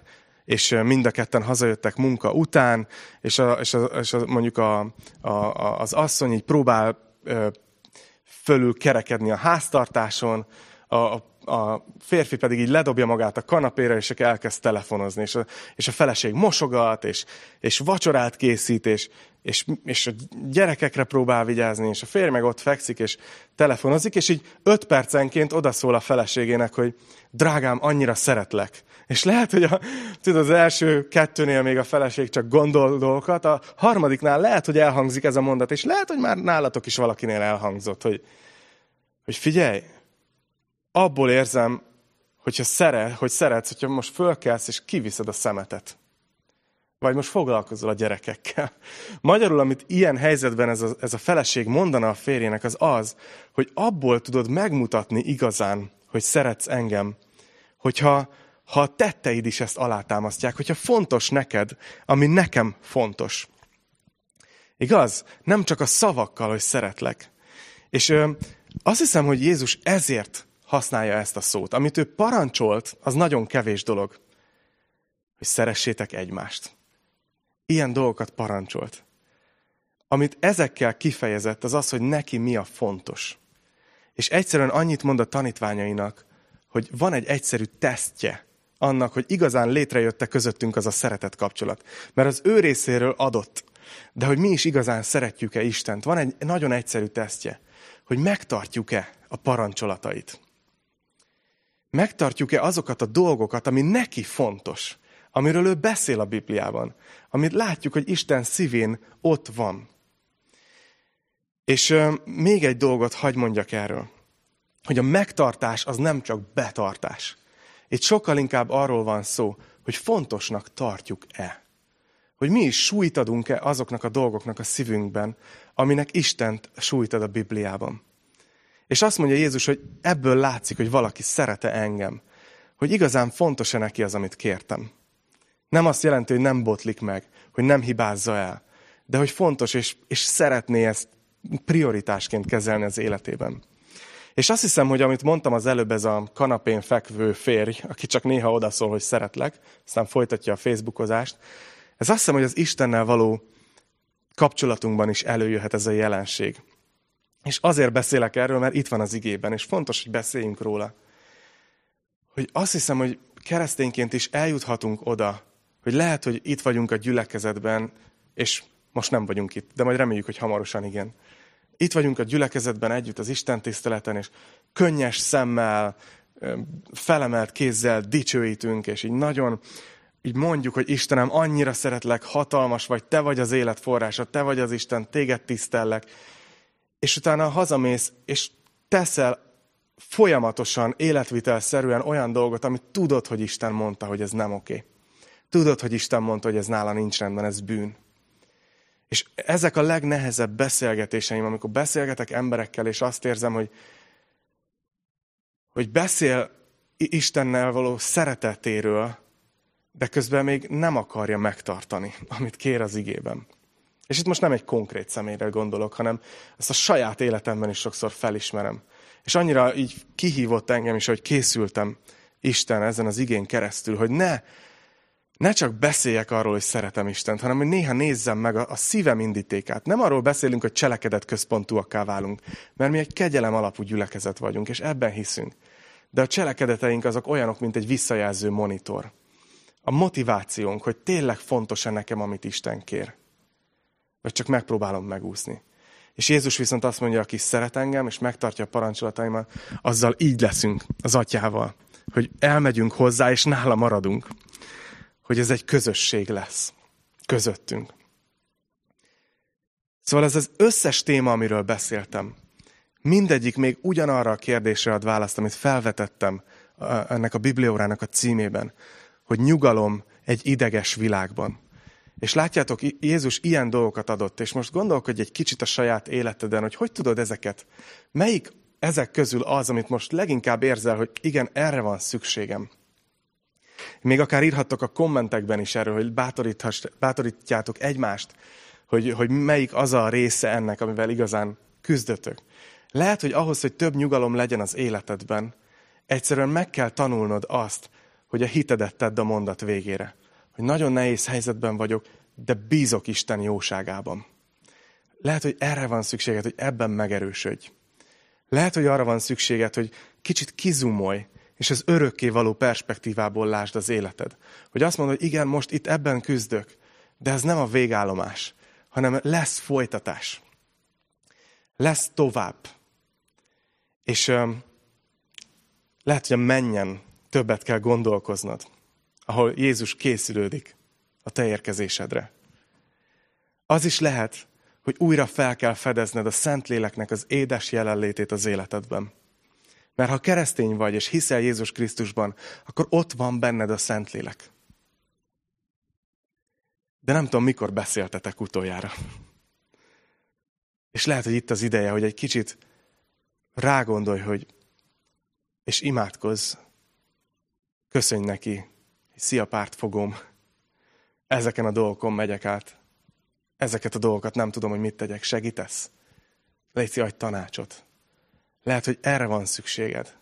és mind a ketten hazajöttek munka után, és, a, és, a, és a, mondjuk a, a, az asszony így próbál ö, fölül kerekedni a háztartáson, a, a, a férfi pedig így ledobja magát a kanapéra, és elkezd telefonozni, és a, és a feleség mosogat, és, és vacsorát készít, és, és, és a gyerekekre próbál vigyázni, és a férj meg ott fekszik, és telefonozik, és így öt percenként odaszól a feleségének, hogy drágám, annyira szeretlek. És lehet, hogy a, tudod, az első kettőnél még a feleség csak gondol dolgokat, a harmadiknál lehet, hogy elhangzik ez a mondat, és lehet, hogy már nálatok is valakinél elhangzott, hogy, hogy figyelj, abból érzem, hogyha szeret, hogy szeretsz, hogyha most fölkelsz, és kiviszed a szemetet. Vagy most foglalkozol a gyerekekkel. Magyarul, amit ilyen helyzetben ez a, ez a feleség mondana a férjének, az az, hogy abból tudod megmutatni igazán, hogy szeretsz engem, hogyha ha a tetteid is ezt alátámasztják, hogyha fontos neked, ami nekem fontos. Igaz? Nem csak a szavakkal, hogy szeretlek. És ö, azt hiszem, hogy Jézus ezért használja ezt a szót. Amit ő parancsolt, az nagyon kevés dolog, hogy szeressétek egymást. Ilyen dolgokat parancsolt. Amit ezekkel kifejezett, az az, hogy neki mi a fontos. És egyszerűen annyit mond a tanítványainak, hogy van egy egyszerű tesztje annak, hogy igazán létrejött-e közöttünk az a szeretet kapcsolat. Mert az ő részéről adott. De hogy mi is igazán szeretjük-e Istent, van egy nagyon egyszerű tesztje, hogy megtartjuk-e a parancsolatait. Megtartjuk-e azokat a dolgokat, ami neki fontos, amiről ő beszél a Bibliában, amit látjuk, hogy Isten szívén ott van. És euh, még egy dolgot hadd mondjak erről, hogy a megtartás az nem csak betartás. Itt sokkal inkább arról van szó, hogy fontosnak tartjuk-e. Hogy mi is súlyt adunk-e azoknak a dolgoknak a szívünkben, aminek Istent súlyt ad a Bibliában. És azt mondja Jézus, hogy ebből látszik, hogy valaki szeret-e engem. Hogy igazán fontos-e neki az, amit kértem. Nem azt jelenti, hogy nem botlik meg, hogy nem hibázza el, de hogy fontos, és, és szeretné ezt prioritásként kezelni az életében. És azt hiszem, hogy amit mondtam az előbb, ez a kanapén fekvő férj, aki csak néha odaszól, hogy szeretlek, aztán folytatja a facebookozást, ez azt hiszem, hogy az Istennel való kapcsolatunkban is előjöhet ez a jelenség. És azért beszélek erről, mert itt van az igében, és fontos, hogy beszéljünk róla. Hogy azt hiszem, hogy keresztényként is eljuthatunk oda, hogy lehet, hogy itt vagyunk a gyülekezetben, és most nem vagyunk itt, de majd reméljük, hogy hamarosan igen. Itt vagyunk a gyülekezetben együtt az Isten tiszteleten, és könnyes szemmel, felemelt kézzel dicsőítünk, és így nagyon így mondjuk, hogy Istenem, annyira szeretlek, hatalmas vagy, te vagy az élet forrása, te vagy az Isten, téged tisztellek. És utána hazamész, és teszel folyamatosan, életvitelszerűen olyan dolgot, amit tudod, hogy Isten mondta, hogy ez nem oké. Tudod, hogy Isten mondta, hogy ez nála nincs rendben, ez bűn. És ezek a legnehezebb beszélgetéseim, amikor beszélgetek emberekkel, és azt érzem, hogy, hogy beszél Istennel való szeretetéről, de közben még nem akarja megtartani, amit kér az igében. És itt most nem egy konkrét személyre gondolok, hanem ezt a saját életemben is sokszor felismerem. És annyira így kihívott engem is, hogy készültem Isten ezen az igén keresztül, hogy ne, ne csak beszéljek arról, hogy szeretem Istent, hanem hogy néha nézzem meg a, a szívem indítékát. Nem arról beszélünk, hogy cselekedet központúakká válunk, mert mi egy kegyelem alapú gyülekezet vagyunk, és ebben hiszünk. De a cselekedeteink azok olyanok, mint egy visszajelző monitor. A motivációnk, hogy tényleg fontos-e nekem, amit Isten kér. Vagy csak megpróbálom megúszni. És Jézus viszont azt mondja, aki szeret engem, és megtartja a parancsolataimat, azzal így leszünk az atyával. Hogy elmegyünk hozzá, és nála maradunk. Hogy ez egy közösség lesz. Közöttünk. Szóval ez az összes téma, amiről beszéltem, mindegyik még ugyanarra a kérdésre ad választ, amit felvetettem ennek a bibliaórának a címében, hogy nyugalom egy ideges világban. És látjátok, Jézus ilyen dolgokat adott, és most gondolkodj egy kicsit a saját életeden, hogy hogy tudod ezeket, melyik ezek közül az, amit most leginkább érzel, hogy igen, erre van szükségem. Még akár írhattok a kommentekben is erről, hogy bátorítjátok egymást, hogy, hogy melyik az a része ennek, amivel igazán küzdötök. Lehet, hogy ahhoz, hogy több nyugalom legyen az életedben, egyszerűen meg kell tanulnod azt, hogy a hitedet tedd a mondat végére. hogy nagyon nehéz helyzetben vagyok, de bízok Isten jóságában. Lehet, hogy erre van szükséged, hogy ebben megerősödj. Lehet, hogy arra van szükséged, hogy kicsit kizumolj, és az örökké való perspektívából lásd az életed. Hogy azt mondod, hogy igen, most itt ebben küzdök, de ez nem a végállomás, hanem lesz folytatás. Lesz tovább. És um, lehet, hogy a mennyen többet kell gondolkoznod, ahol Jézus készülődik a te érkezésedre. Az is lehet, hogy újra fel kell fedezned a Szentléleknek az édes jelenlétét az életedben. Mert ha keresztény vagy, és hiszel Jézus Krisztusban, akkor ott van benned a Szentlélek. De nem tudom, mikor beszéltetek utoljára. És lehet, hogy itt az ideje, hogy egy kicsit rágondolj, hogy és imádkozz, köszönj neki, szia pártfogóm, ezeken a dolgokon megyek át, ezeket a dolgokat nem tudom, hogy mit tegyek, segítesz? Légy adj tanácsot. Lehet, hogy erre van szükséged.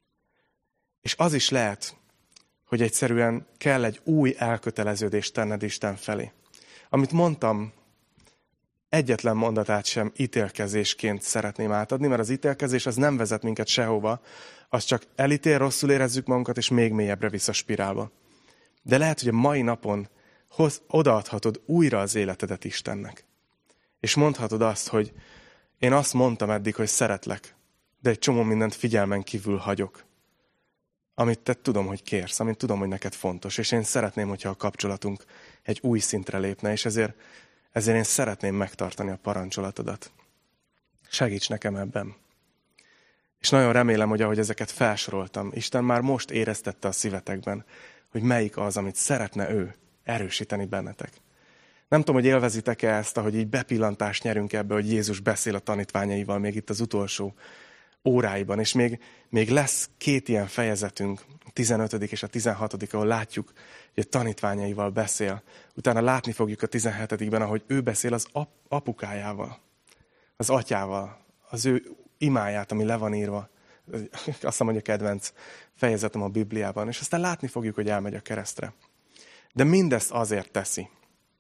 És az is lehet, hogy egyszerűen kell egy új elköteleződést tenned Isten felé. Amit mondtam, egyetlen mondatát sem ítélkezésként szeretném átadni, mert az ítélkezés az nem vezet minket sehova, az csak elítél, rosszul érezzük magunkat, és még mélyebbre visz a spirálba. De lehet, hogy a mai napon hoz, odaadhatod újra az életedet Istennek. És mondhatod azt, hogy én azt mondtam eddig, hogy szeretlek, de egy csomó mindent figyelmen kívül hagyok. Amit te tudom, hogy kérsz, amit tudom, hogy neked fontos, és én szeretném, hogyha a kapcsolatunk egy új szintre lépne, és ezért, ezért én szeretném megtartani a parancsolatodat. Segíts nekem ebben. És nagyon remélem, hogy ahogy ezeket felsoroltam, Isten már most éreztette a szívetekben, hogy melyik az, amit szeretne ő erősíteni bennetek. Nem tudom, hogy élvezitek-e ezt, ahogy így bepillantást nyerünk ebbe, hogy Jézus beszél a tanítványaival még itt az utolsó óráiban, és még, még lesz két ilyen fejezetünk, a tizenötödik és a tizenhatodik, ahol látjuk, hogy a tanítványaival beszél. Utána látni fogjuk a tizenhetedikben, ahogy ő beszél az ap- apukájával, az atyával, az ő imáját, ami le van írva. Azt hiszem, hogy a kedvenc fejezetem a Bibliában. És aztán látni fogjuk, hogy elmegy a keresztre. De mindezt azért teszi,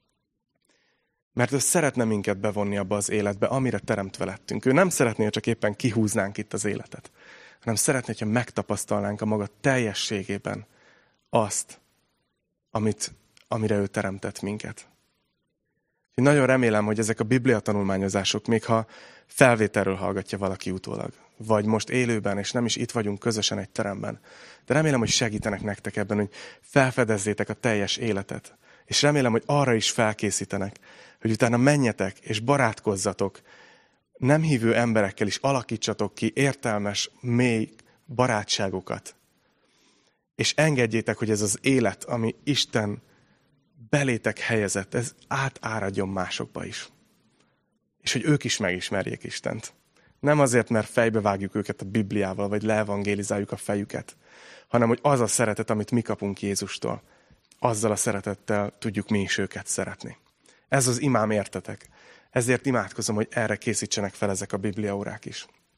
mert ő szeretne minket bevonni abba az életbe, amire teremtve lettünk. Ő nem szeretné, hogy csak éppen kihúznánk itt az életet, hanem szeretné, hogyha megtapasztalnánk a maga teljességében azt, amit, amire ő teremtett minket. Én nagyon remélem, hogy ezek a Biblia tanulmányozások, még ha felvételről hallgatja valaki utólag, vagy most élőben, és nem is itt vagyunk közösen egy teremben, de remélem, hogy segítenek nektek ebben, hogy felfedezzétek a teljes életet. És remélem, hogy arra is felkészítenek, hogy utána menjetek és barátkozzatok, nem hívő emberekkel is alakítsatok ki értelmes, mély barátságokat. És engedjétek, hogy ez az élet, ami Isten belétek helyezett, ez átáradjon másokba is. És hogy ők is megismerjék Istent. Nem azért, mert fejbevágjuk őket a Bibliával, vagy leevangélizáljuk a fejüket, hanem hogy az a szeretet, amit mi kapunk Jézustól, azzal a szeretettel tudjuk mi is őket szeretni. Ez az imám, értetek. Ezért imádkozom, hogy erre készítsenek fel ezek a bibliaórák is.